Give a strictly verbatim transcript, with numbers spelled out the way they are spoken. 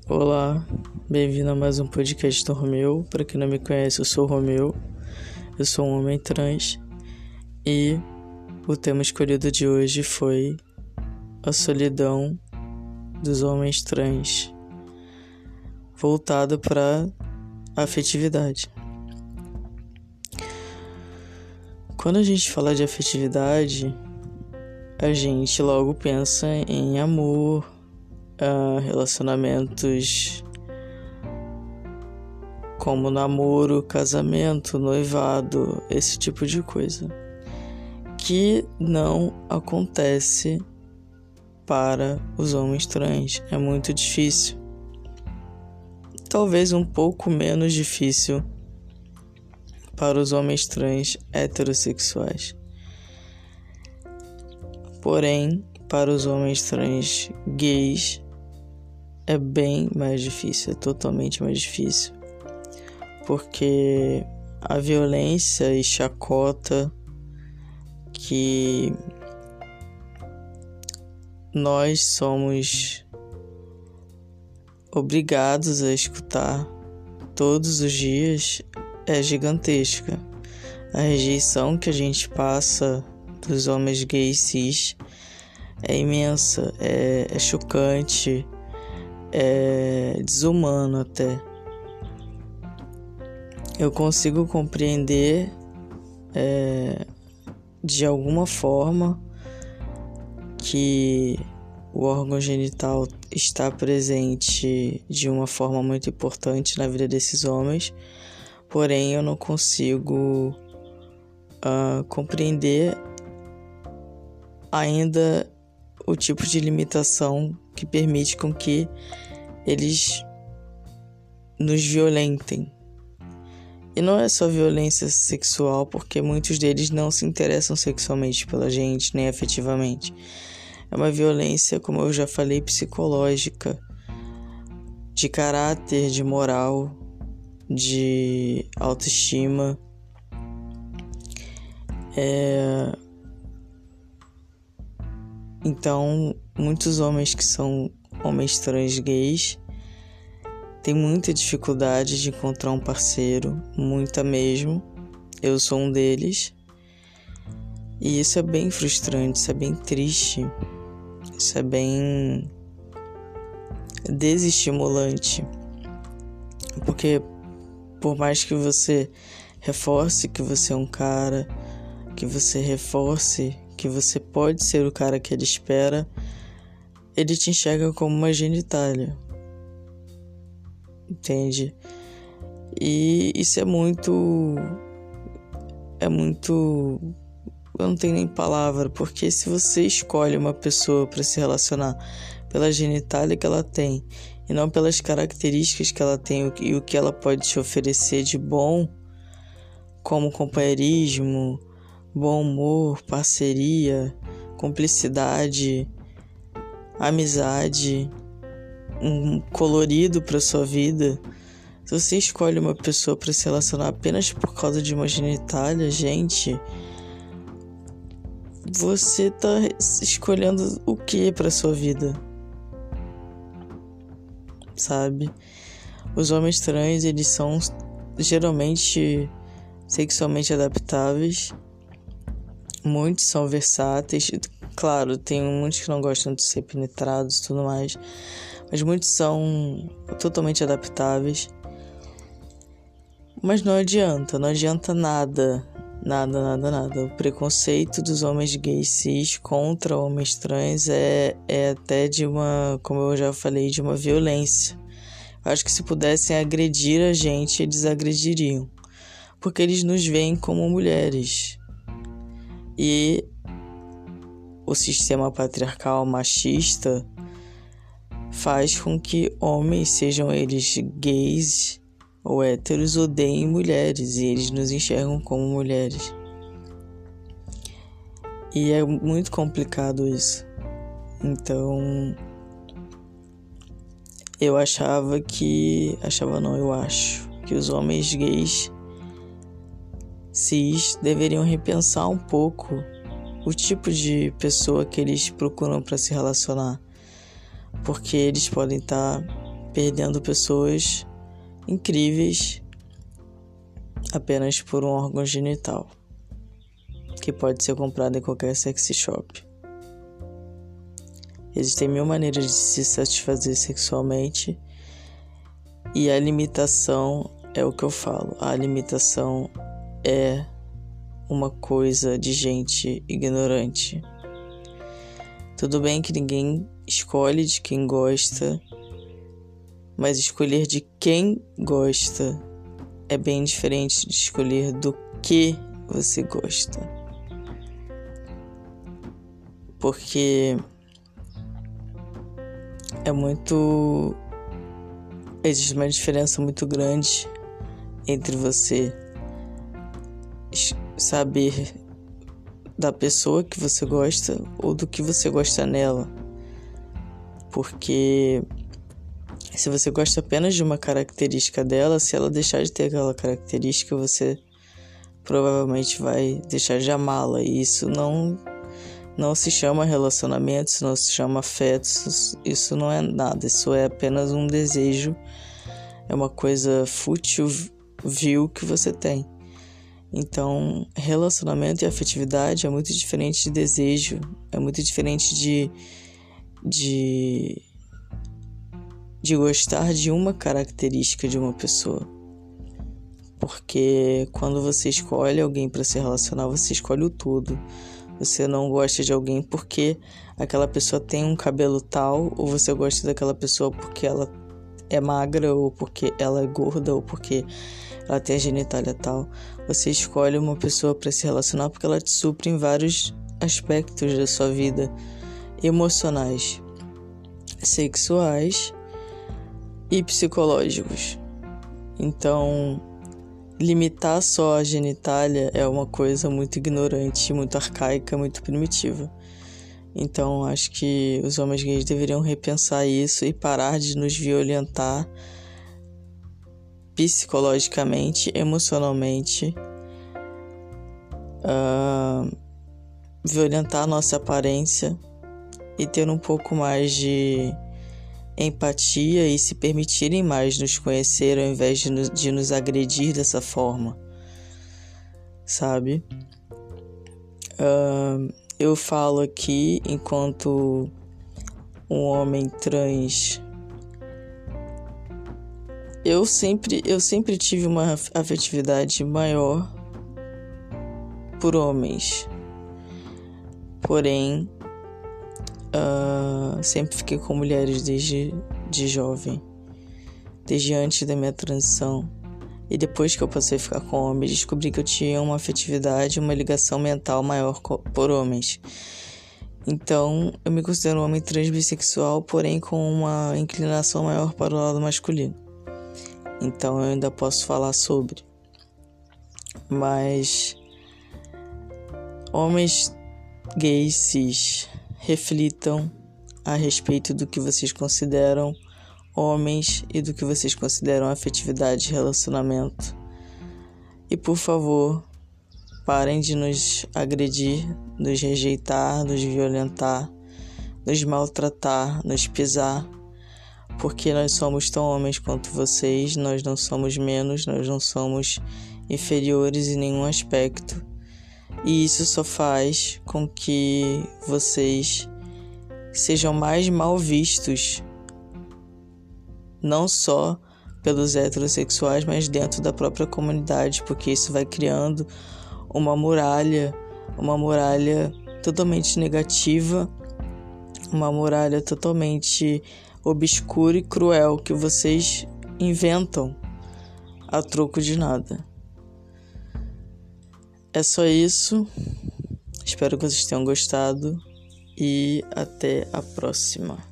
Olá, bem-vindo a mais um podcast do Romeu. Para quem não me conhece, eu sou o Romeu, eu sou um homem trans e o tema escolhido de hoje foi a solidão dos homens trans, voltado para a afetividade. Quando a gente fala de afetividade, a gente logo pensa em amor, Uh, relacionamentos como namoro, casamento, noivado, esse tipo de coisa, que não acontece para os homens trans. É muito difícil, talvez um pouco menos difícil para os homens trans heterossexuais. Porém, para os homens trans gays é bem mais difícil, é totalmente mais difícil, porque a violência e chacota que nós somos obrigados a escutar todos os dias é gigantesca. A rejeição que a gente passa dos homens gays cis é imensa, é, é chocante, é desumano até. Eu consigo compreender é, de alguma forma que o órgão genital está presente de uma forma muito importante na vida desses homens, porém eu não consigo uh, compreender ainda o tipo de limitação que permite com que eles nos violentem. E não é só violência sexual, porque muitos deles não se interessam sexualmente pela gente, nem afetivamente. É uma violência, como eu já falei, psicológica, de caráter, de moral, de autoestima. É... Então, muitos homens que são homens trans gays têm muita dificuldade de encontrar um parceiro, muita mesmo. Eu sou um deles. E isso é bem frustrante, isso é bem triste, isso é bem desestimulante. Porque por mais que você reforce que você é um cara, que você reforce que você pode ser o cara que ele espera, ele te enxerga como uma genitália, entende? E isso é muito é muito eu não tenho nem palavra, porque se você escolhe uma pessoa para se relacionar pela genitália que ela tem e não pelas características que ela tem e o que ela pode te oferecer de bom, como companheirismo, bom humor, parceria, cumplicidade, amizade, um colorido para sua vida. Se você escolhe uma pessoa para se relacionar apenas por causa de uma genitália, gente, você tá escolhendo o que para sua vida? Sabe? Os homens trans, eles são geralmente sexualmente adaptáveis. Muitos são versáteis, claro, tem muitos que não gostam de ser penetrados e tudo mais, mas muitos são totalmente adaptáveis. Mas não adianta, não adianta nada, nada, nada, nada. O preconceito dos homens gays cis contra homens trans é, é até de uma, como eu já falei, de uma violência. Eu acho que se pudessem agredir a gente, eles agrediriam, porque eles nos veem como mulheres. E o sistema patriarcal machista faz com que homens, sejam eles gays ou héteros, odeiem mulheres e eles nos enxergam como mulheres. E é muito complicado isso. Então, eu achava que... Achava não, eu acho que os homens gays cis deveriam repensar um pouco o tipo de pessoa que eles procuram para se relacionar, porque eles podem estar perdendo pessoas incríveis apenas por um órgão genital que pode ser comprado em qualquer sexy shop. Existem mil maneiras de se satisfazer sexualmente e a limitação é o que eu falo. A limitação é uma coisa de gente ignorante. Tudo bem que ninguém escolhe de quem gosta, mas escolher de quem gosta é bem diferente de escolher do que você gosta. Porque é muito... existe uma diferença muito grande entre você saber da pessoa que você gosta ou do que você gosta nela. Porque se você gosta apenas de uma característica dela, se ela deixar de ter aquela característica, você provavelmente vai deixar de amá-la. E isso não, não se chama relacionamento, isso não se chama afeto, isso, isso não é nada. Isso é apenas um desejo, é uma coisa fútil, vil que você tem. Então, relacionamento e afetividade é muito diferente de desejo, é muito diferente de, de, de gostar de uma característica de uma pessoa. Porque quando você escolhe alguém para se relacionar, você escolhe o todo. Você não gosta de alguém porque aquela pessoa tem um cabelo tal, ou você gosta daquela pessoa porque ela é magra, ou porque ela é gorda, ou porque ela tem a genitália tal. Você escolhe uma pessoa para se relacionar porque ela te supre em vários aspectos da sua vida, emocionais, sexuais e psicológicos. Então, limitar só a genitália é uma coisa muito ignorante, muito arcaica, muito primitiva. Então, acho que os homens gays deveriam repensar isso e parar de nos violentar psicologicamente, emocionalmente, uh, violentar nossa aparência e ter um pouco mais de empatia e se permitirem mais nos conhecer ao invés de nos, de nos agredir dessa forma, sabe? Uh, eu falo aqui enquanto um homem trans. Eu sempre, eu sempre tive uma afetividade maior por homens. Porém, uh, sempre fiquei com mulheres desde de jovem. Desde antes da minha transição. E depois que eu passei a ficar com homens, descobri que eu tinha uma afetividade, uma ligação mental maior por homens. Então, eu me considero um homem trans bissexual, porém com uma inclinação maior para o lado masculino. Então eu ainda posso falar sobre. Mas homens gays cis, reflitam a respeito do que vocês consideram homens e do que vocês consideram afetividade e relacionamento. E por favor, parem de nos agredir, nos rejeitar, nos violentar, nos maltratar, nos pisar. Porque nós somos tão homens quanto vocês, nós não somos menos, nós não somos inferiores em nenhum aspecto. E isso só faz com que vocês sejam mais mal vistos, não só pelos heterossexuais, mas dentro da própria comunidade, porque isso vai criando uma muralha, uma muralha totalmente negativa, uma muralha totalmente obscuro e cruel que vocês inventam a troco de nada. É só isso. Espero que vocês tenham gostado e até a próxima.